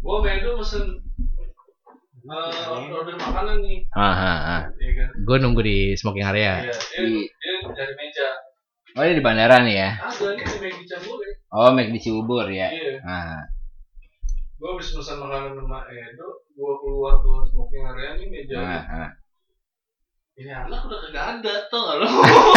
Gue main itu pesen order makanan nih. Iya kan? Gue nunggu di smoking area. Iya, dia dari meja. Oh, ini di bandara nih ya? Ada nih di McD Cibubur ya. Oh, McD Cibubur ya? Iya. Gue habis pesan makanan sama Edo, gue keluar ke smoking area nih meja. Ini anak udah kagak ada, tau gak lo?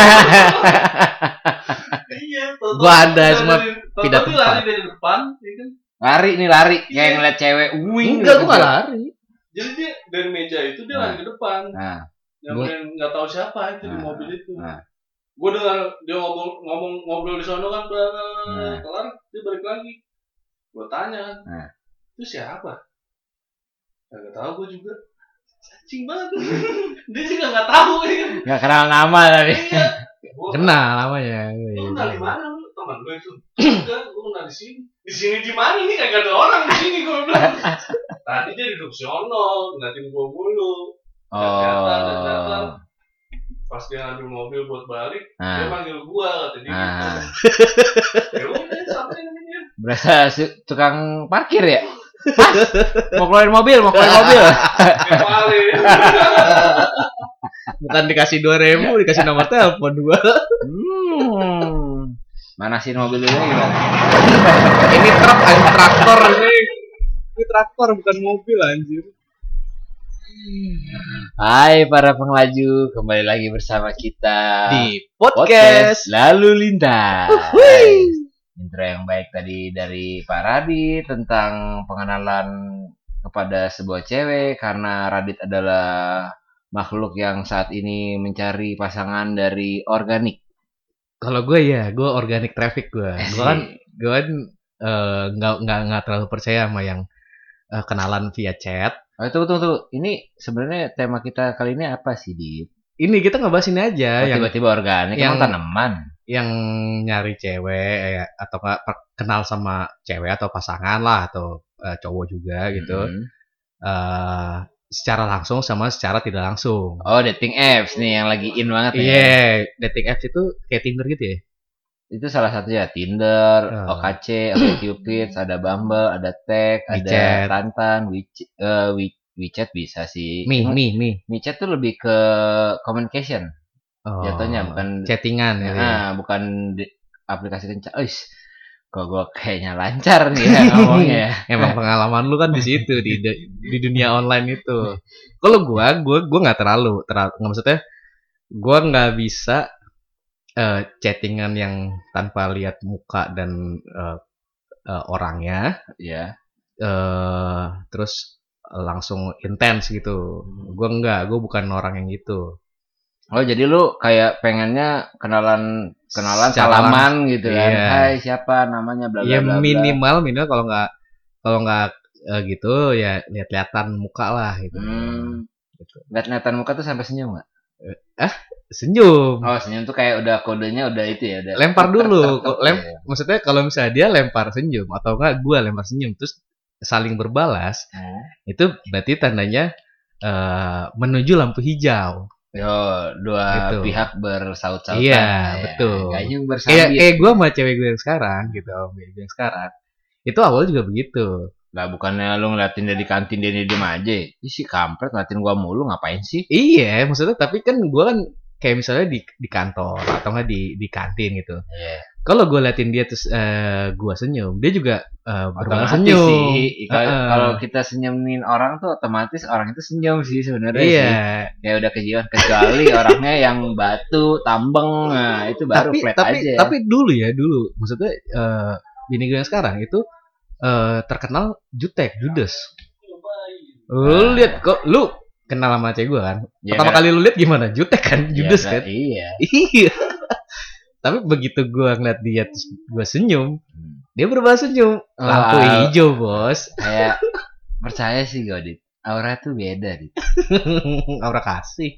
Iya, gue ada cuma pindah tempat. Lari dari depan, ya kan? Lari, kayak ngeliat cewek wing. Enggak, gue gak lari. Jadi dia dari meja itu dia lari ke depan. Yang nggak tahu siapa itu di mobil itu. Gue dengar dia ngobrol di sono kan, kelar dia balik lagi. Gue tanya kan, itu siapa? Gak tahu gue juga. Cacing banget. Dia juga nggak tahu ya. Nggak kenal nama tadi. Iya. Kenal namanya. Lu kenal di mana lu? Teman lu itu? Enggak, gue kenal di sini. Di sini di mana nih? Kagak ada orang di sini gue bilang. Tadi dia duduk sono, ngeliatin gue mulu. Datang. Pas dia ngambil mobil buat balik, dia panggil gue, kata dia gitu. Ya udah, sampai namanya. Berasa tukang parkir ya? Mas, mau keluarin mobil. Bukan dikasih 2.000, dikasih nomor telepon 2. Manasin mobil dulu gimana? Ini truk, traktor ini. Ini traktor bukan mobil anjir. Hai para pengelaju, kembali lagi bersama kita di podcast Lalu Lintas. Intro yang baik tadi dari Pak Radit tentang pengenalan kepada sebuah cewek, karena Radit adalah makhluk yang saat ini mencari pasangan dari organik. Kalau gue gue organic traffic gue kan nggak terlalu percaya sama yang kenalan via chat. Tunggu. Ini sebenarnya tema kita kali ini apa sih, Dit? Ini kita ngebahas ini aja. Tiba-tiba organik, yang tanaman. Yang nyari cewek ya, atau nggak kenal sama cewek atau pasangan lah, atau cowok juga gitu. Secara langsung sama secara tidak langsung. Oh, dating apps nih yang lagi in banget nih. Iya, dating apps itu kayak Tinder gitu ya? Itu salah satu ya, Tinder, OKC, OkCupid, ada Bumble, ada Tag, ada Tantan, WeChat bisa sih. WeChat tuh lebih ke communication. Jatuhnya bukan chattingan ya. Bukan aplikasi kencan. Kok gue kayaknya lancar nih ya ngomongnya. Emang pengalaman lu kan di situ di dunia online itu. Kalau gue nggak terlalu maksudnya gue nggak bisa chattingan yang tanpa lihat muka dan orangnya, ya. Terus langsung intens gitu. Gue bukan orang yang gitu. Oh, jadi lu kayak pengennya kenalan salaman gitu kan. Iya. Hai, siapa namanya, bla bla bla. Ya minimal kalau nggak gitu ya lihat-lihatan muka lah gitu. Gitu. Lihat-lihatan muka tuh sampai senyum enggak? Senyum. Oh, senyum tuh kayak udah kodenya udah itu ya, udah. Lempar dulu. Maksudnya kalau misalnya dia lempar senyum atau enggak gua lempar senyum terus saling berbalas, itu berarti tandanya menuju lampu hijau. Dua gitu. Pihak bersaut-sautan. Iya, betul. Gayung bersambit. Gue sama cewek gue yang sekarang gitu, itu awal juga begitu. Lah, bukannya lu ngeliatin dia di kantin, dia diem aja. Ih, si kampret ngeliatin gua mulu, ngapain sih? Iya, maksudnya tapi kan gua kan kayak misalnya di kantor atau enggak di kantin gitu. Yeah. Kalau gue liatin dia terus gue senyum, dia juga berbalas senyum. Sih. Kalau kita senyumin orang tuh otomatis orang itu senyum sih sebenarnya. Iya. Sih. Kayak udah kejiwaan, kecuali orangnya yang batu, tambeng, nah itu baru flat aja. Tapi dulu maksudnya bini gue yang sekarang itu terkenal jutek, judes. Lu lihat kok, lu kenal sama cewek gue kan? Pertama kali lu lihat gimana? Jutek kan, judes kan? Iya. Tapi begitu gue ngeliat dia terus gue senyum, dia berbalas senyum. Lampu hijau, bos. Kayak percaya sih gue, Dit. Aura tuh beda, Dit. Aura kasih.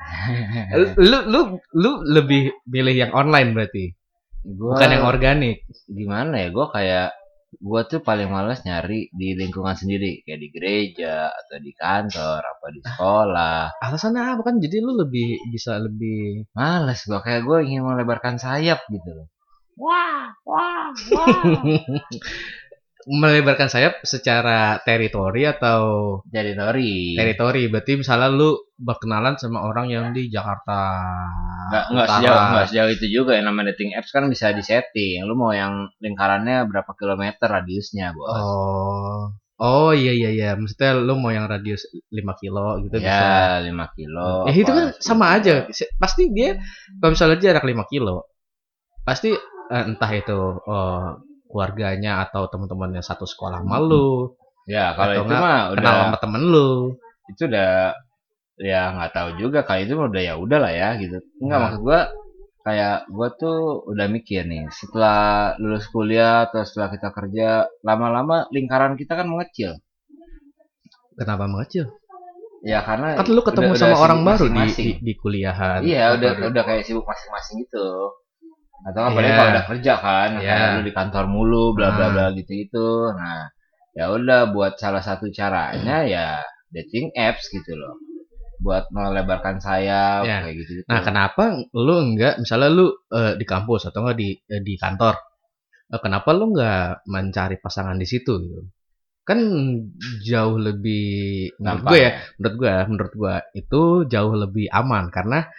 lu lebih milih yang online berarti? Bukan yang organik. Gimana ya? Gue tuh paling malas nyari di lingkungan sendiri, kayak di gereja atau di kantor apa di sekolah. Alasannya apa kan? Jadi lu bisa lebih malas. Gue ingin melebarkan sayap gitu loh. Wah. melebarkan sayap secara teritori atau teritori. Berarti misalnya lu berkenalan sama orang yang di Jakarta. Nggak sejauh itu juga. Yang namanya dating apps kan bisa disetting. Lu mau yang lingkarannya berapa kilometer radiusnya, Bos. Oh iya. Maksudnya lu mau yang radius 5 kilo gitu ya, bisa. 5 kilo. Ya itu kan sama aja. Pasti dia kalau misalnya jarak 5 kilo, pasti entah itu keluarganya atau teman-temannya satu sekolah sama lu. Ya, kalau itu mah udah kenal sama temen lu. Itu udah ya nggak tahu juga, kali itu udah ya udahlah ya gitu. Enggak, maksud gua kayak gua tuh udah mikir nih, setelah lulus kuliah atau setelah kita kerja, lama-lama lingkaran kita kan mengecil. Kenapa mengecil? Ya karena kan lu ketemu sama orang baru di kuliahan. Iya, udah kayak sibuk masing-masing gitu. Atau apalagi kalau udah kerja kan, kayak lu di kantor mulu, bla bla bla gitu. Nah, ya udah buat salah satu caranya ya dating apps gitu loh. Buat melebarkan sayap kayak gitu. Nah, kenapa lu enggak misalnya lu di kampus atau enggak di kantor? Kenapa lu enggak mencari pasangan di situ gitu? Kan jauh lebih menurut gua itu jauh lebih aman karena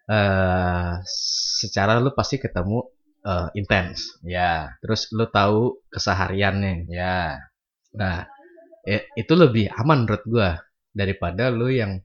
secara lu pasti ketemu intens. Ya. Terus lu tahu kesehariannya. Ya. Nah, itu lebih aman menurut gua daripada lu yang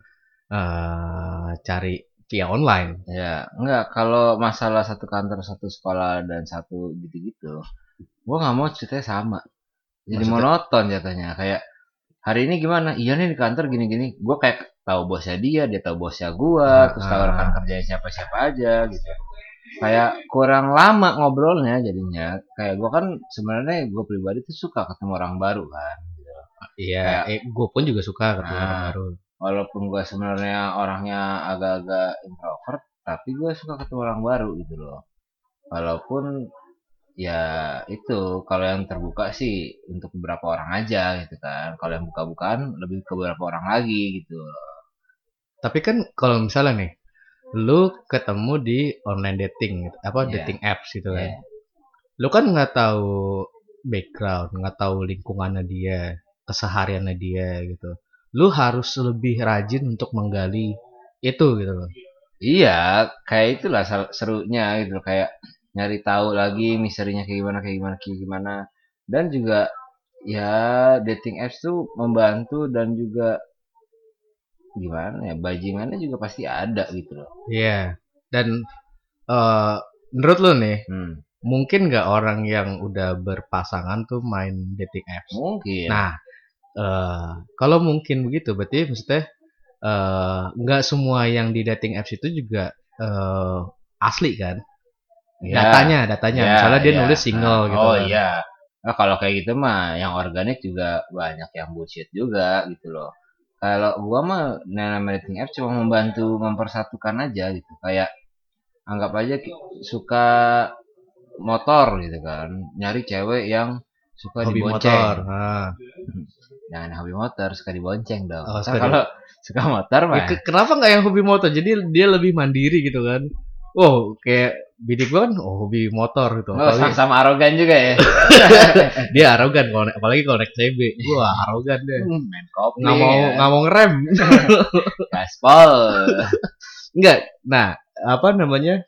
cari via online. Ya, enggak, kalau masalah satu kantor, satu sekolah dan satu gitu-gitu, gua nggak mau ceritanya sama. Jadi monoton jatuhnya. Kayak hari ini gimana? Iya nih di kantor gini-gini. Gue kayak tahu bosnya dia tahu bosnya gua, terus tahu rekan kerjanya siapa-siapa aja gitu. Kayak kurang lama ngobrolnya jadinya. Kayak gue kan sebenarnya gue pribadi tuh suka ketemu orang baru kan. Gitu. Iya, gue pun juga suka ketemu orang baru. Walaupun gue sebenarnya orangnya agak-agak introvert, tapi gue suka ketemu orang baru gitu loh. Walaupun ya itu kalau yang terbuka sih untuk beberapa orang aja gitu kan. Kalau yang buka-bukaan lebih ke beberapa orang lagi gitu. Tapi kan kalau misalnya nih, lu ketemu di online dating gitu, dating apps gitu kan. Lu kan nggak tahu background, nggak tahu lingkungannya dia, kesehariannya dia gitu. Lu harus lebih rajin untuk menggali itu gitu loh. Iya, kayak itulah serunya gitu, kayak nyari tahu lagi misterinya kayak gimana. Dan juga ya dating apps tuh membantu dan juga gimana ya, bajingannya juga pasti ada gitu loh. Iya. Dan menurut lu nih, mungkin nggak orang yang udah berpasangan tuh main dating apps? Mungkin. Nah, kalau mungkin begitu, berarti maksudnya nggak semua yang di dating apps itu juga asli kan? Datanya, misalnya dia nulis single gitu. Oh iya. Nah, kalau kayak gitu mah yang organik juga banyak yang bullshit juga gitu loh. Kalau gua mah namanya dating apps cuma membantu mempersatukan aja gitu. Kayak anggap aja suka motor gitu kan, nyari cewek yang suka hobi dibonceng. Motor. Jangan hobi motor, suka dibonceng dong. Kalau suka motor mah. Kenapa nggak yang hobi motor? Jadi dia lebih mandiri gitu kan. Oh, kayak bidik gue kan hobi motor gitu. Sama arogan juga ya. Dia arogan apalagi kalau naik CB. Wah, arogan deh. Main kopi. Nggak mau ngerem. Gaspol. Enggak. Nah, apa namanya?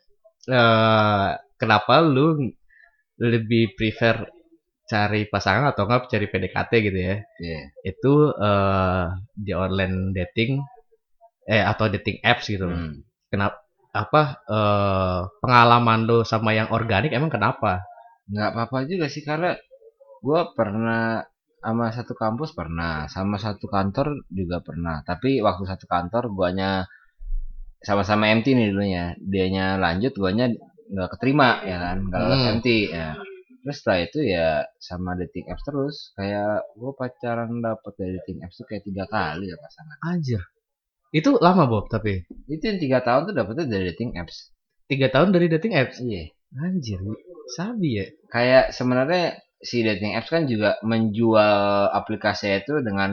Kenapa lu lebih prefer cari pasangan atau enggak cari PDKT gitu ya? Itu di online dating atau dating apps gitu. Kenapa? Pengalaman lo sama yang organik emang kenapa? Nggak apa-apa juga sih, karena gue pernah sama satu kampus pernah, sama satu kantor juga pernah. Tapi waktu satu kantor guanya sama-sama MT nih dulunya, dianya lanjut, guanya nggak keterima ya kan, nggak lolos MT ya. Terus setelah itu ya sama dating apps terus, kayak gue pacaran dapet dari dating apps tuh kayak 3 kali ya pasangan. Anjir. Itu lama Bob tapi? Itu yang 3 tahun tuh dapetnya dari dating apps. 3 tahun dari dating apps? Iya. Anjir, sabi ya. Kayak sebenarnya si dating apps kan juga menjual aplikasi itu dengan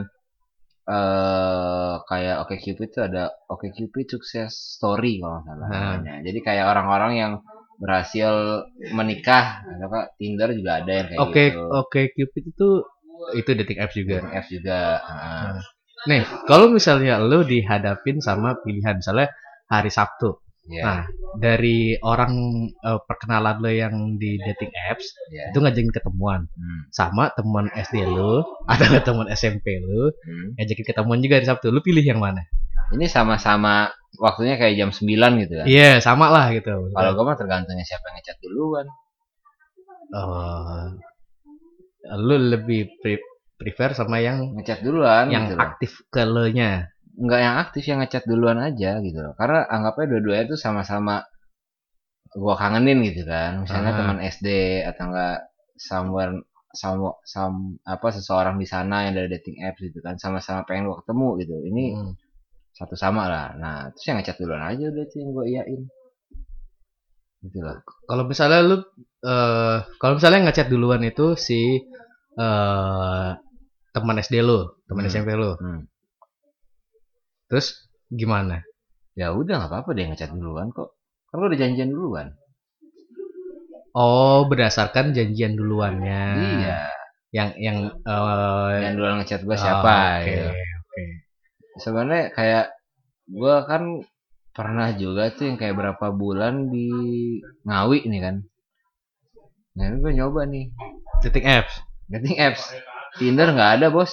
kayak OkCupid itu ada OkCupid Success Story kalau nggak salah namanya. Jadi kayak orang-orang yang berhasil menikah, atau Tinder juga ada yang kayak gitu. OkCupid itu Itu dating apps juga. Dating apps juga. Nih, kalau misalnya lu dihadapin sama pilihan misalnya hari Sabtu. Nah, dari orang perkenalan lo yang di dating apps itu ngajakin ketemuan sama teman SD lo atau teman SMP lo ngajakin ketemuan juga hari Sabtu, lu pilih yang mana? Ini sama-sama waktunya kayak jam 9 gitu kan? Iya, sama lah gitu. Kalau gue mah tergantungnya siapa yang ngechat duluan. Lu lebih prefer sama yang ngechat duluan, yang gitu aktif ke lo nya? Enggak, yang aktif, yang ngechat duluan aja gitu loh. Karena anggapnya dua-duanya tuh sama-sama gua kangenin gitu kan. Misalnya teman SD atau enggak seseorang di sana yang dari dating apps gitu kan, sama-sama pengen gua ketemu gitu. Ini satu sama lah. Nah, terus yang ngechat duluan aja udah tuh yang gua iyain. Gitu loh. Kalau misalnya lu kalau misalnya ngechat duluan itu si teman SD lu, teman SMP lu. Terus gimana? Ya udah nggak apa-apa deh ngechat duluan kok. Kan lu udah janjian duluan. Oh, berdasarkan janjian duluannya. Iya. Yang duluan ngechat gua siapa gitu. Okay. Sebenarnya kayak gua kan pernah juga tuh yang kayak berapa bulan di Ngawi nih kan. Nah, ini gua nyoba nih dating apps. Tinder nggak ada, bos.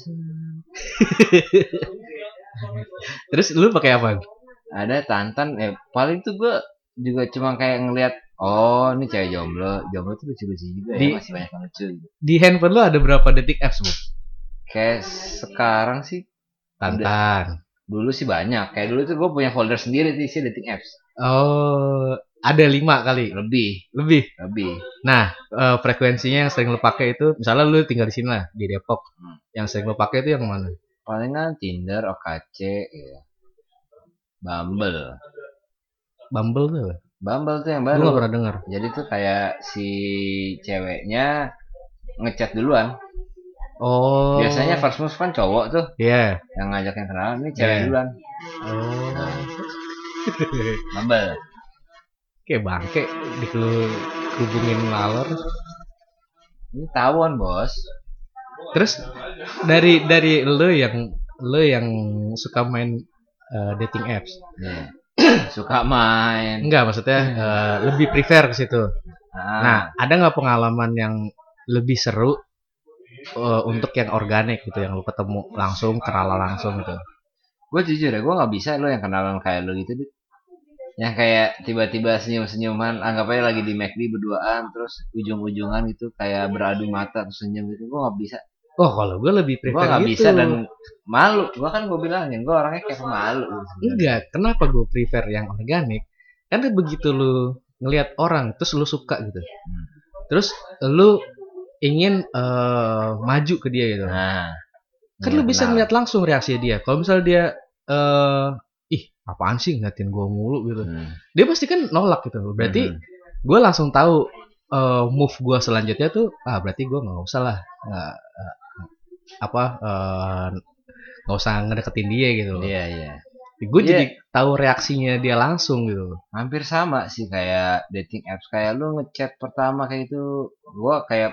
Terus lu pakai apa? Ada Tantan. Paling tuh gue juga cuma kayak ngeliat, oh ini cewek jomblo tuh lucu-lucu juga ya, masih banyak yang lucu gitu. Di handphone lu ada berapa dating apps, Bu? Kayak sekarang sih Tantan. Dulu sih banyak. Kayak dulu tuh gue punya folder sendiri sih dating apps. Oh, ada 5 kali. Lebih. Nah, frekuensinya yang sering lu pakai itu, misalnya lu tinggal di sini lah, di Depok. Yang sering lu pakai itu yang mana? Palingan Tinder, OKC, ya. Bumble tuh yang baru. Gue gak pernah denger. Jadi tuh kayak si ceweknya ngechat duluan. Oh. Biasanya first move kan cowok tuh. Iya. Yang ngajak yang kenalan, ini cewek duluan. Bumble. Kayak bangke dihubungin ngalor. Ini tawon, bos. Terus dari lo yang suka main dating apps. Suka main. Enggak, maksudnya lebih prefer ke situ. Nah, ada nggak pengalaman yang lebih seru untuk yang organik gitu, yang lo ketemu langsung, kenalan langsung gitu? Gue jujur ya, gue nggak bisa lo yang kenalan kayak lo gitu deh. Yang kayak tiba-tiba senyum-senyuman, anggap aja lagi di McD berduaan, terus ujung-ujungan gitu kayak beradu mata terus senyum gitu, gue nggak bisa. Oh, kalau gue lebih prefer gitu. Gue nggak bisa dan malu. Gue kan gue bilangin, gue orangnya kayak pemalu. Enggak, kenapa gue prefer yang organik? Karena begitu lu ngelihat orang, terus lu suka gitu, terus lu ingin maju ke dia gitu. Nah, kan lu bisa ngeliat langsung reaksi dia. Kalau misalnya dia apaan sih ngeliatin gue mulu gitu, dia pasti kan nolak gitu. Berarti gue langsung tahu move gue selanjutnya tuh berarti gue nggak usah lah nggak usah ngedeketin dia gitu. Iya. Gue jadi tahu reaksinya dia langsung gitu. Hampir sama sih kayak dating apps. Kayak lu ngechat pertama kayak itu, gue kayak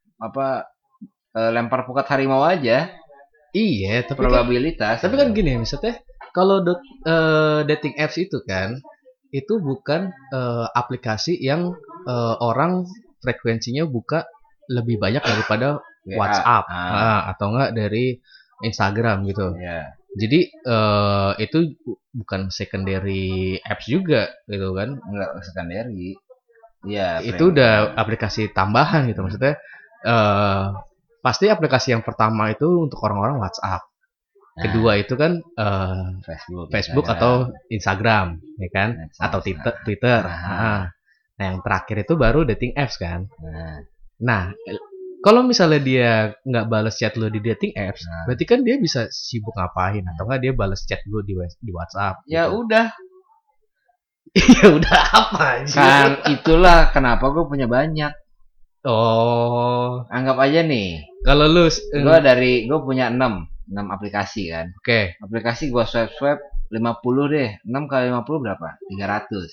lempar pukat harimau aja. Iya, tapi probabilitas. Tapi kan gini, misalnya kalau dating apps itu kan, itu bukan aplikasi yang orang frekuensinya buka lebih banyak daripada WhatsApp atau enggak dari Instagram gitu. Yeah. Jadi itu bukan secondary apps juga gitu kan? Enggak secondary. Iya. Itu udah aplikasi tambahan gitu, maksudnya. Pasti aplikasi yang pertama itu untuk orang-orang WhatsApp. Kedua itu kan Facebook atau Instagram, ya kan? Atau Twitter. Nah, yang terakhir itu baru dating apps kan. Nah, kalau misalnya dia nggak balas chat lo di dating apps, berarti kan dia bisa sibuk ngapain, atau nggak dia balas chat lo di WhatsApp. Ya gitu. Udah. Ya udah apa? Kan itulah kenapa gue punya banyak. Oh, anggap aja nih. Kalau lu gue punya 6 aplikasi kan. Oke. Aplikasi gue swipe 50 deh. 6 kali 50 berapa?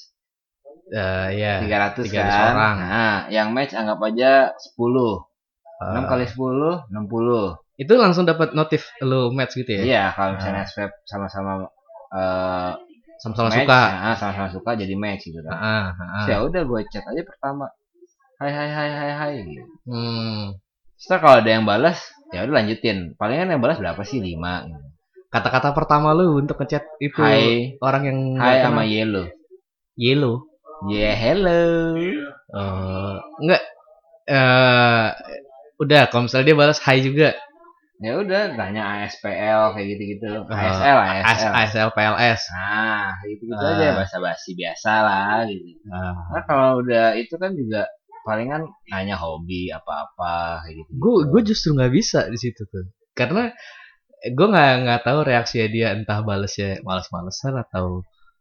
300. Ya. 300 kan. Orang. Nah, yang match anggap aja 10. 6 kali 10, 60. Itu langsung dapat notif lu match gitu ya? Iya, kalau misalnya swipe sama-sama Sama-sama match, suka. sama-sama suka jadi match gitu kan. Heeh. Ya udah gue chat aja pertama. Hai gitu. Setelah kalau ada yang balas, ya udah lanjutin. Palingan yang balas berapa sih? 5 gitu. Kata-kata pertama lu untuk ngechat itu orang yang hai sama yellow. Yeah, hello. Enggak. Udah, kalau misalnya dia balas hai juga. Ya udah, tanya ASPL kayak gitu-gitu. ASL PLS. Nah, gitu-gitu aja, basa-basi biasa lah gitu. Nah, kalau udah itu kan juga palingan nanya hobi apa-apa kayak gitu. Gue justru nggak bisa di situ tuh. Karena gue nggak tahu reaksi dia, entah balasnya malas-malesan atau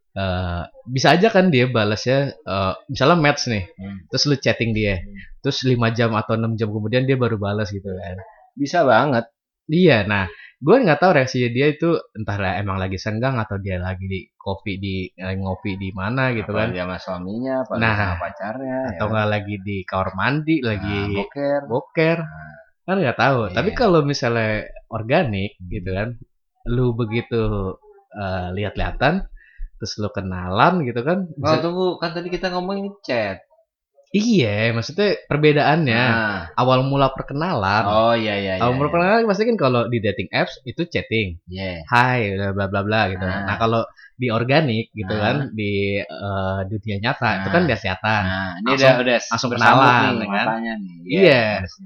bisa aja kan dia balasnya misalnya match nih, terus lu chatting dia, terus 5 jam atau 6 jam kemudian dia baru balas gitu kan. Bisa banget. Iya, nah gue nggak tahu reaksi dia itu, entah emang lagi senggang atau dia lagi di ngopi di mana gitu kan. Dia sama suaminya, sama pacarnya, atau nggak lagi di kamar mandi, lagi boker. Kan nggak tahu. Tapi kalau misalnya organik gitu kan, lu begitu lihat-lihatan, terus lu kenalan gitu kan. Tunggu, kan tadi kita ngomongin chat. Iya, maksudnya perbedaannya awal mula perkenalan. Oh iya. Awal mula perkenalan pasti kan kalau di dating apps itu chatting. Hai, bla bla bla gitu. Nah, kalau di organik gitu kan, di dunia nyata itu kan udah kelihatan. Ini udah langsung kenalan nih, kan. Matanya nih. Iya.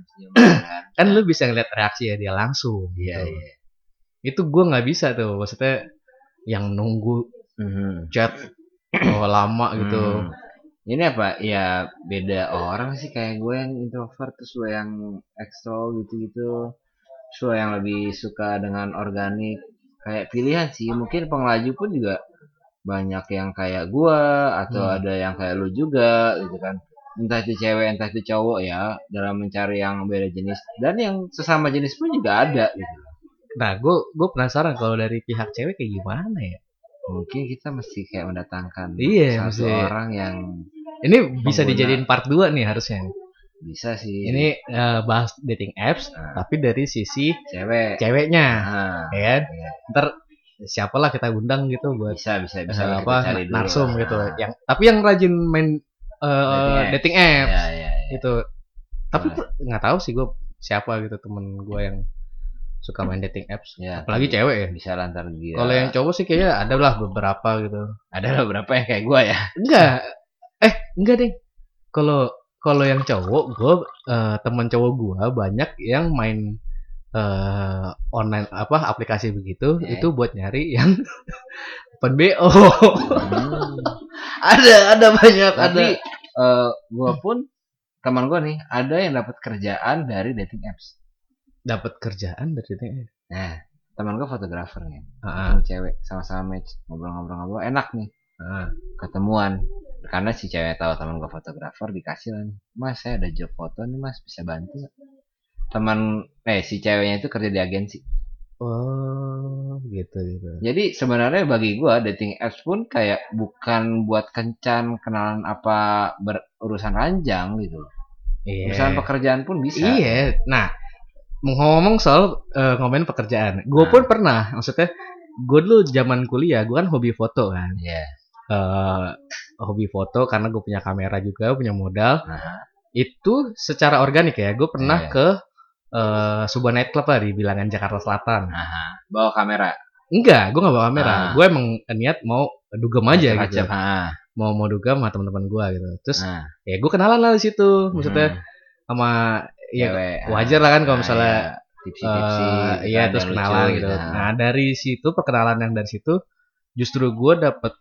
Kan lu bisa ngeliat reaksi dia langsung. Iya. Itu gue nggak bisa tuh, maksudnya yang nunggu chat lama gitu. Ini apa? Ya beda orang sih, kayak gue yang introvert, terus gue yang ekstro gitu-gitu. Terus gue yang lebih suka dengan organik. Kayak pilihan sih, mungkin pengelaju pun juga banyak yang kayak gue, atau ada yang kayak lu juga gitu kan. Entah itu cewek, entah itu cowok ya, dalam mencari yang beda jenis. Dan yang sesama jenis pun juga ada gitu. Nah, gue penasaran kalau dari pihak cewek kayak gimana ya? Mungkin kita mesti kayak mendatangkan satu mesti. orang yang ini bisa dijadiin part 2 nih harusnya. Bisa sih. Ini bahas dating apps tapi dari sisi ceweknya. Ya kan? Ntar siapalah kita undang gitu buat bisa apa narsum gitu. Tapi yang rajin main dating apps. Gitu. Tapi nggak tahu sih gue siapa gitu temen gue yang suka main dating apps, apalagi cewek ya. Bisa lantar dia. Kalau yang cowok sih kayaknya ada lah beberapa gitu. Ada beberapa yang kayak gue ya. Enggak deh. Kalau yang cowok, gue teman cowok gue banyak yang main online aplikasi begitu, itu buat nyari yang open BO. Ada banyak. Tapi gue pun teman gue nih ada yang dapat kerjaan dari dating apps. Dapat kerjaan dari dating apps. Nah, teman gue fotografer nih, cewek, sama-sama match, ngobrol enak nih, ketemuan. Karena si cewek tahu teman gue fotografer, dikasih lah nih, mas saya ada job foto nih mas, bisa bantu gak? Si ceweknya itu kerja di agensi. Oh gitu. Jadi sebenarnya bagi gue dating apps pun kayak bukan buat kencan, kenalan apa berurusan ranjang gitu. Urusan pekerjaan pun bisa. Iya. Nah, ngomong soal ngomongin pekerjaan, gue pun pernah, maksudnya gue dulu zaman kuliah, gue kan hobi foto kan. Hobi foto karena gue punya kamera juga, punya modal. Itu secara organik ya, gue pernah ke sebuah nightclub lah di bilangan Jakarta Selatan. Bawa kamera? Enggak, gue nggak bawa kamera. Gue emang niat mau dugem aja gitu. Mau dugem sama teman-teman gue gitu. Terus ya gue kenalan lah di situ, maksudnya sama wajar lah kan kalau misalnya tipsi-tipsi terus kenalan gitu. Nah dari situ, perkenalan yang dari situ justru gue dapet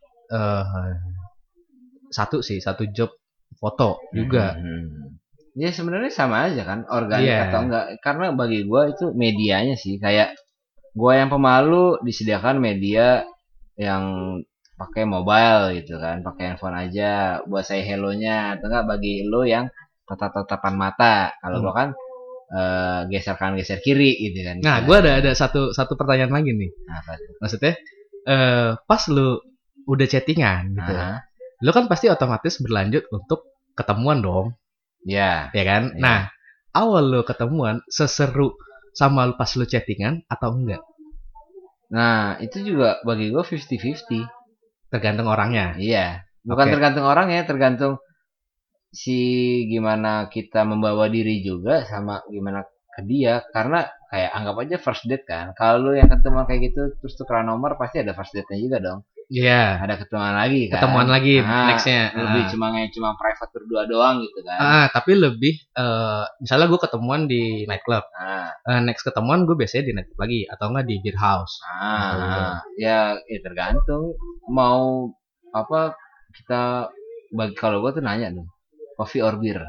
satu job foto juga. Ya sebenarnya sama aja kan, organik atau enggak, karena bagi gue itu medianya sih. Kayak gue yang pemalu disediakan media yang pakai mobile gitu kan, pakai handphone aja buat saya hello-nya, atau enggak bagi lo yang tatap-tatapan mata. Kalau gue kan geser kanan geser kiri gitu kan. Nah, gue ada satu pertanyaan lagi nih. Maksudnya pas lu udah chattingan gitu, lu kan pasti otomatis berlanjut untuk ketemuan dong. Ya kan. Nah, awal lu ketemuan seseru sama lu pas lu chattingan atau enggak? Nah, itu juga bagi gue 50-50. Tergantung orangnya. Iya, bukan tergantung orangnya, tergantung si gimana kita membawa diri juga sama gimana ke dia. Karena kayak anggap aja first date kan. Kalau lu yang ketemuan kayak gitu terus tukeran nomor pasti ada first date-nya juga dong. Iya. Ada ketemuan lagi kan. Ketemuan lagi nextnya. Lebih cuma private berdua doang gitu kan. Tapi lebih misalnya gue ketemuan di nightclub. Next ketemuan gue biasanya di nightclub lagi atau enggak di beer house. Ya tergantung mau apa kita bagi kalau gue tuh nanya tuh coffee or beer.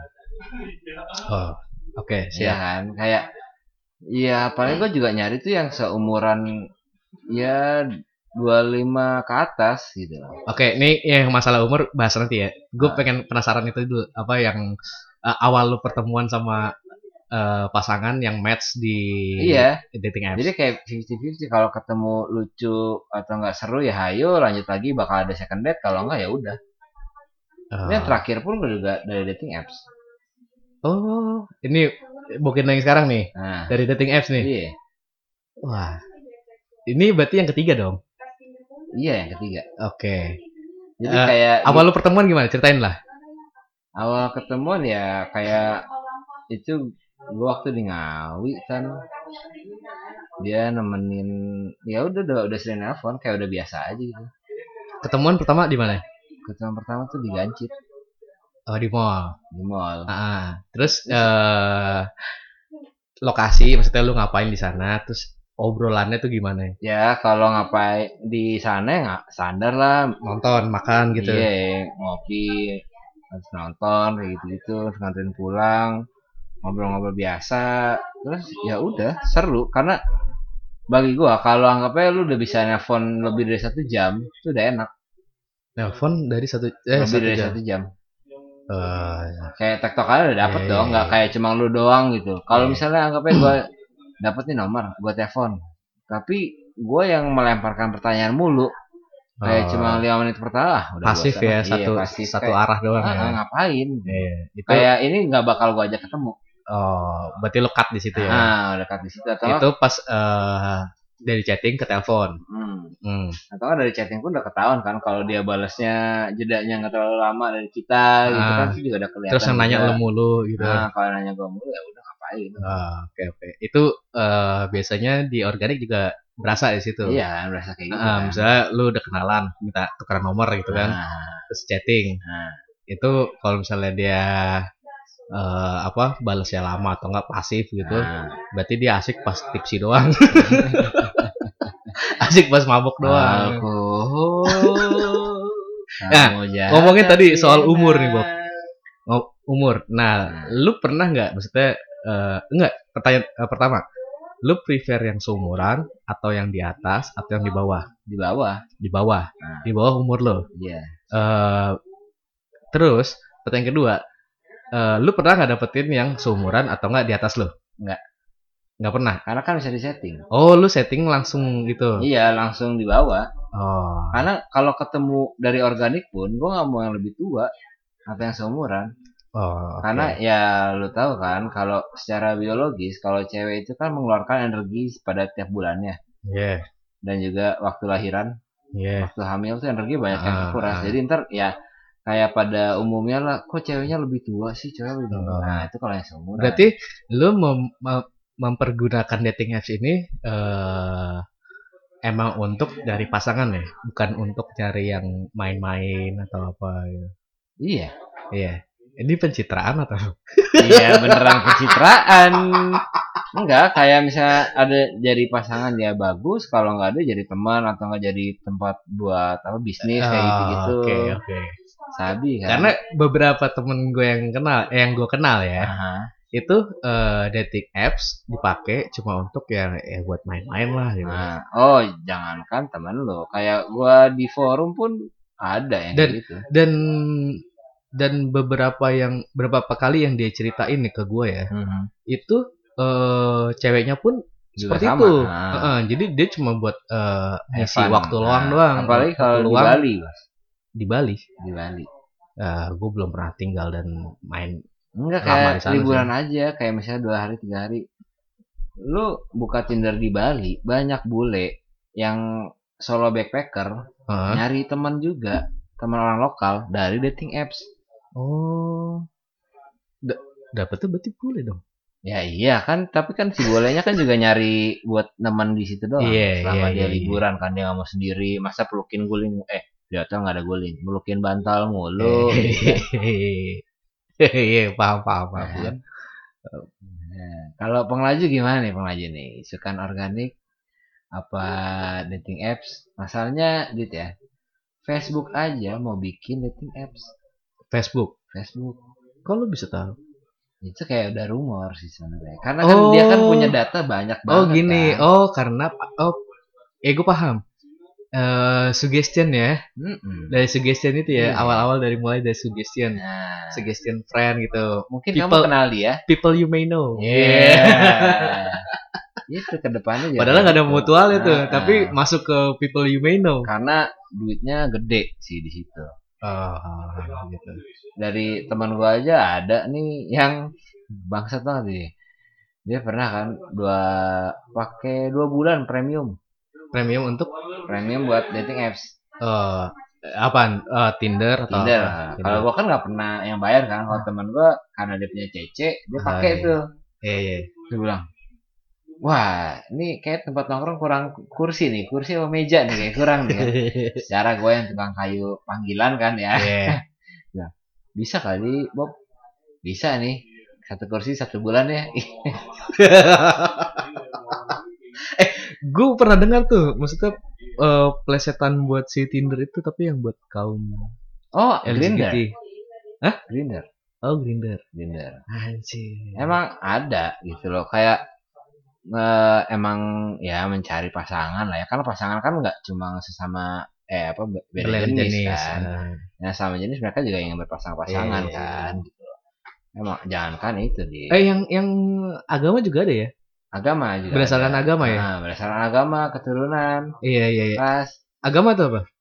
Oke, siap kan. Kayak ya paling gue juga nyari tuh yang seumuran ya 25 ke atas gitu. Oke, ini yang masalah umur bahas nanti ya. Gue pengen penasaran itu dulu, apa yang awal lu pertemuan sama pasangan yang match di dating apps. Jadi kayak 50-50, kalau ketemu lucu atau enggak seru ya hayo lanjut lagi, bakal ada second date, kalau enggak ya udah. Ini yang terakhir pun juga dari dating apps. Oh, ini bukan yang sekarang nih. Dari dating apps nih. Iya. Wah. Ini berarti yang ketiga dong. Iya, yang ketiga. Oke. Jadi kayak awal lu pertemuan gimana? Ceritain lah. Awal ketemuan ya kayak itu gua waktu di Ngawi kan. Dia nemenin, ya udah sering nelfon kayak udah biasa aja gitu. Ketemuan pertama di mana? Ketemuan pertama tuh di Gancit. Oh, di mall. Di mall. Terus lokasi maksudnya lu ngapain di sana? Terus obrolannya tuh gimana? Ya kalau ngapain di sana nggak standar lah, nonton, makan gitu. Iya, ngopi, terus nonton kayak gitu, terus nganterin pulang, ngobrol-ngobrol biasa. Terus ya udah seru karena bagi gua kalau anggapnya lu udah bisa nelpon lebih dari 1 jam itu udah enak. Nelpon dari lebih dari 1 jam. Kayak tektokannya udah dapet dong, nggak kayak cuma lu doang gitu. Kalau misalnya anggapnya gua dapet nih nomor, gue telepon, tapi gue yang melemparkan pertanyaan mulu, kayak cuma 5 menit pertama udah pasif ya, satu arah doang ya. Ngapain? Kayak ini nggak bakal gue ajak ketemu. Berarti lo cut di situ ya? Udah cut di situ. Itu pas dari chatting ke telepon. Atau dari chatting pun udah ketahuan kan kalau dia balasnya jedanya nggak terlalu lama dari kita, gitu kan itu juga udah kelihatan. Terus yang nanya lo mulu gitu. Kalau nanya gue mulu ya udah ngapain. Oke. Itu biasanya di organik juga berasa di situ. Iya, berasa kayak gitu. Misalnya lu udah kenalan, minta tukeran nomor gitu kan, terus chatting. Itu kalau misalnya dia balasnya lama atau enggak pasif gitu, berarti dia asik pas tipsi doang. Asik pas mabuk doang. Nah, ngomongin tadi soal umur nih, Bob. Umur. Nah, lu pernah nggak, maksudnya enggak, pertanyaan pertama, lu prefer yang seumuran atau yang di atas atau yang di bawah? Di bawah. Di bawah umur lo. Iya. Terus pertanyaan kedua, lu pernah nggak dapetin yang seumuran atau nggak di atas lo? Nggak pernah. Karena kan bisa disetting. Oh, lu setting langsung gitu? Iya, langsung di bawah. Karena kalau ketemu dari organik pun, gue nggak mau yang lebih tua atau yang seumuran. Karena ya lu tahu kan kalau secara biologis kalau cewek itu kan mengeluarkan energi pada tiap bulannya. Dan juga waktu lahiran, waktu hamil tuh energi banyak yang terkuras. Jadi ntar ya kayak pada umumnya lah, kok ceweknya lebih tua sih, cewek lebih tua. Nah itu kalau yang seumuran. Berarti lu mempergunakan dating apps ini emang untuk dari pasangan ya, bukan untuk cari yang main-main atau apa gitu. Iya. Ini pencitraan atau? Iya, beneran pencitraan. Enggak, kayak misalnya ada jadi pasangan ya bagus, kalau nggak ada jadi teman atau nggak jadi tempat buat bisnis kayak gitu-gitu. Oke. Sabi kan. Karena beberapa temen gue yang gue kenal ya, itu dating apps dipakai cuma untuk ya buat main-main lah gitu. Jangankan temen lo, kayak gue di forum pun ada yang gitu. Dan beberapa kali yang dia ceritain nih ke gue ya, itu ceweknya pun juga seperti sama. Itu. Jadi dia cuma buat ngisi waktu luang doang. Apalagi kalau di Bali, Mas. Di Bali. Di Bali. Gue belum pernah tinggal dan main Enggak Lama kayak di sana liburan aja, kayak misalnya 2 hari 3 hari. Lu buka Tinder di Bali, banyak bule yang solo backpacker Heeh. nyari teman juga, teman orang lokal dari dating apps. Oh. Dapetnya berarti boleh dong. Ya iya kan, tapi kan si bolenya kan juga nyari buat teman di situ doang. Iya, Selama iya, dia iya, liburan kan dia nggak mau sendiri, masa pelukin guling, dia tahu nggak ada guling, pelukin bantal mulu. gitu. Iya, paham. Nah, kan? Nah, kalau pengelaju gimana nih pengelaju nih? Isukan organik apa dating apps? Masalahnya Dit ya, Facebook aja mau bikin dating apps. Facebook. Kok lu bisa tahu? Itu kayak udah rumor sih sebenarnya. Karena kan dia kan punya data banyak banget. Oh gini, kan. Karena gue paham. Suggestion ya. Dari suggestion itu ya, awal-awal mulai dari suggestion. Nah, Suggestion friend gitu. mungkin kamu kenal dia. People you may know. Itu kedepannya. Padahal nggak ada mutual itu, tapi masuk ke people you may know. Karena duitnya gede sih di situ. Gitu. Dari teman gua aja ada nih yang bangsat banget sih. Dia pernah kan pakai 2 bulan premium. Premium untuk? Premium buat dating apps. Apaan? Tinder atau? Tinder. Kalau gua kan nggak pernah yang bayar kan. Kalau teman gua karena dia punya cece, dia pakai tuh. Iya. Dia bilang, wah, ini kayak tempat nongkrong kurang kursi nih, kursi sama meja nih kayak kurang nih. Kan? Secara gue yang tukang kayu panggilan kan ya. Nah, bisa kali Bob, bisa nih 1 kursi 1 bulan ya. Gue pernah dengar tuh, maksudnya plesetan buat si Tinder itu tapi yang buat kaum LGBT. Hah? Grindr. Oh, Grindr. Anjir. Emang ada gitu loh, kayak emang ya mencari pasangan lah ya, karena pasangan kan nggak cuma sesama beda jenis kan. Yang sama jenis mereka juga ingin berpasang-pasangan kan. Gitu. Emang jangankan itu yang agama juga ada ya? Agama juga. Berdasarkan ada. Agama ya? Berdasarkan agama, keturunan. Iya. Ras. Agama tuh apa?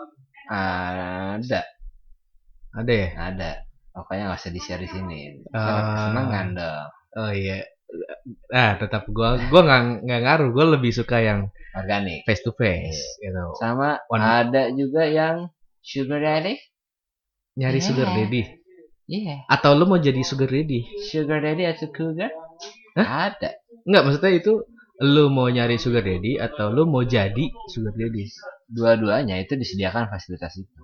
Ada ya? Ada. Pokoknya nggak usah di-share di sini. Senengan dong. Oh iya. Tetap gua nggak ngaruh. Gua lebih suka yang organik, face to face. Gitu. Sama ada juga yang sugar daddy. Nyari sugar daddy. Iya. Atau lu mau jadi sugar daddy? Sugar daddy atau cougar? Ada. Enggak, maksudnya itu lu mau nyari sugar daddy atau lu mau jadi sugar daddy? Dua-duanya itu disediakan fasilitas itu.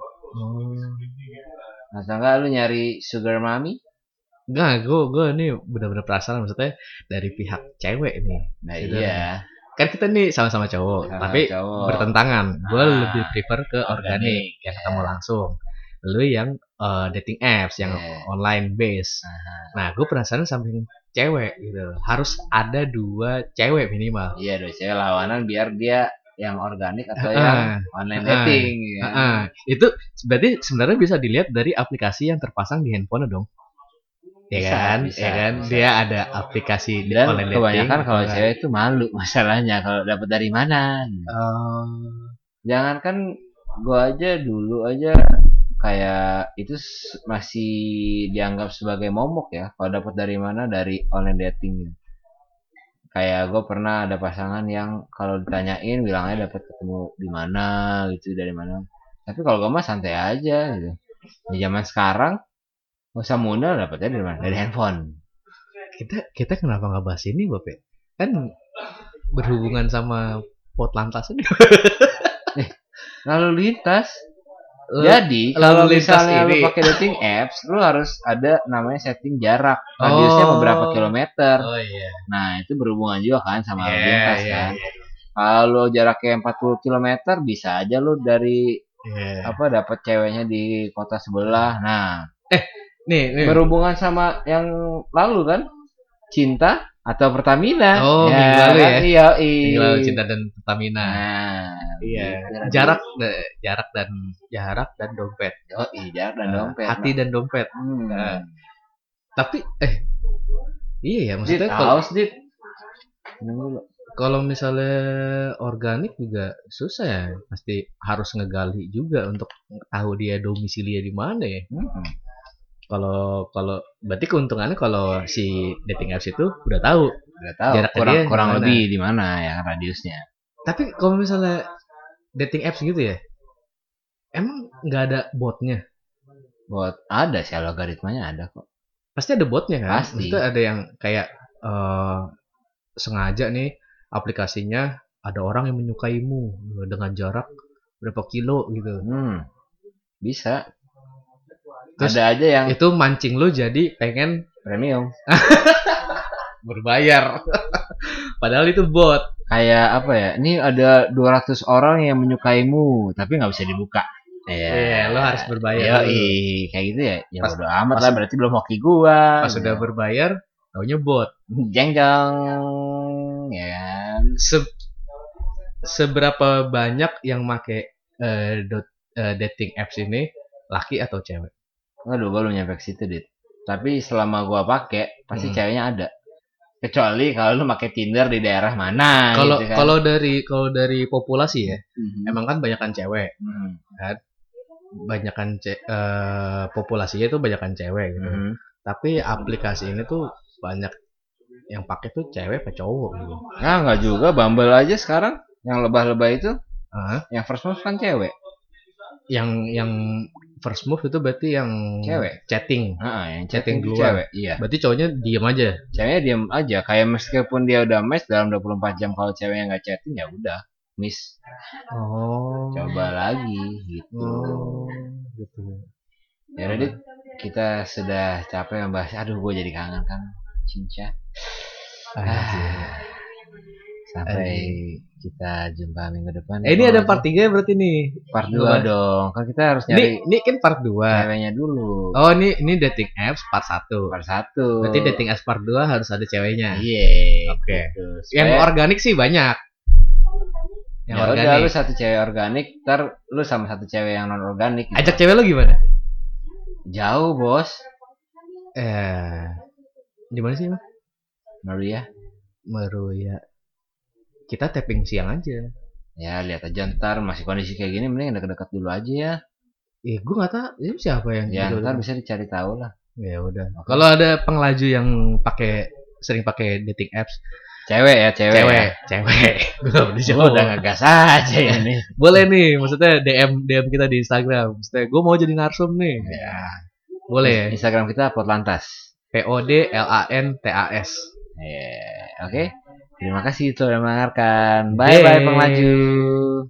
Atau enggak lu nyari sugar mommy? Enggak, gue nih benar-benar penasaran, maksudnya dari pihak cewek nih. Nah iya. Kan kita nih sama-sama cowok, tapi bertentangan. Gue lebih prefer ke organik, yang ketemu langsung. Lu yang dating apps, yang online base. Nah, gue penasaran sama yang cewek gitu. Harus ada 2 cewek minimal. Iya, 2 cewek lawanan biar dia yang organik atau yang online dating. Itu berarti sebenarnya bisa dilihat dari aplikasi yang terpasang di handphone dong. Ya kan? Dia ada aplikasi dan online dating. Kebanyakan kalau cewek itu malu masalahnya kalau dapat dari mana. Jangankan gua aja dulu aja kayak itu masih dianggap sebagai momok ya, kalau dapat dari mana, dari online dating. Kayak gue pernah ada pasangan yang kalau ditanyain bilangnya dapat ketemu di mana gitu, dari mana. Tapi kalau gue mah santai aja gitu. Di zaman sekarang nggak usah modal, dapatnya dari mana? Dari handphone. Kita kenapa nggak bahas ini, Bapak? Kan berhubungan sama Potlantas ini. Lalu lintas. Jadi kalau misalnya lu pakai dating apps, lu harus ada namanya setting jarak, radiusnya beberapa kilometer. Nah itu berhubungan juga kan sama lalu lintas kan. Kalau jaraknya 40 kilometer bisa aja lu dari dapat ceweknya di kota sebelah. Nah, nih berhubungan sama yang lalu kan, cinta atau Pertamina. Minggu lalu ya. Iya. Minggu lalu cinta dan Pertamina. Iya. Jarak dan dompet. Jarak dan dompet. Hati dan dompet. Tapi iya ya, maksudnya kalau misalnya organik juga susah ya, pasti harus ngegali juga untuk tahu dia domisilinya di mana ya. Kalau kalau berarti keuntungannya kalau si dating apps itu udah tahu jarak kurang lebih di mana ya radiusnya. Tapi kalau misalnya dating apps gitu ya, emang nggak ada botnya? Bot ada sih, algoritmanya ada kok. Pasti ada botnya kan? Pasti. Maksudnya ada yang kayak sengaja nih aplikasinya ada orang yang menyukaimu dengan jarak berapa kilo gitu. Bisa. Terus ada aja yang itu mancing lu jadi pengen premium. berbayar. Padahal itu bot. Kayak apa ya? Ini ada 200 orang yang menyukaimu, tapi nggak bisa dibuka. Iya, lo harus berbayar. Kayak gitu ya. Ya bodo amat lah, berarti belum hoki gua. Pas sudah berbayar, taunya bot. Jeng ya kan. Seberapa banyak yang make dating apps ini laki atau cewek? Waduh, gua belum nyampe ke situ, Dit. Tapi selama gua pakai, pasti ceweknya ada. Kecuali kalau lu pakai Tinder di daerah mana kalau gitu kan. kalau dari populasi ya, emang kan banyakan cewek. Kan? Banyakan populasinya itu banyakan cewek gitu. Tapi aplikasi ini tuh banyak yang pakai tuh cewek apa cowok gitu. Nah, enggak juga, Bumble aja sekarang yang lebah-lebah itu. Yang first move kan cewek. Yang first move itu berarti yang cewek chatting. Yang chatting duluan. Cewek, iya. Berarti cowoknya diam aja. Ceweknya diam aja, kayak meskipun dia udah match dalam 24 jam, kalau ceweknya nggak chatting ya udah miss. Coba lagi gitu. Gitu. Ya udah, kita sudah capek membahas. Aduh, gue jadi kangen kan Cinca. Sampai kita jumpa minggu depan. Ini ada part 3 berarti nih. Part 2 dong. Kan kita harus nyari. Ini kan part 2. Ceweknya dulu. Oh, ini dating apps part 1. Part 1. Berarti dating apps part 2 harus ada ceweknya. Iya. Oke. Yang organik sih banyak. Yang udah, lu satu cewek organik, ntar lu sama satu cewek yang non organik gitu. Ajak cewek lu gimana? Jauh, Bos. Di mana sih, Bang? Meruya. Kita tapping siang aja. Ya, lihat aja ntar masih kondisi kayak gini, mending dekat-dekat dulu aja ya. Gue nggak tahu ini siapa yang. Ya, ntar bisa dicari tahu lah. Ya udah. Okay. Kalau ada pengelaju yang sering pakai dating apps, cewek ya. Gue udah ngegas aja ini. Boleh nih, maksudnya DM kita di Instagram. Maksudnya gue mau jadi narsum nih. Ya. Boleh. Instagram kita Podlantas. PODLANTAS. Oke. Terima kasih telah mendengarkan. Bye pengelaju.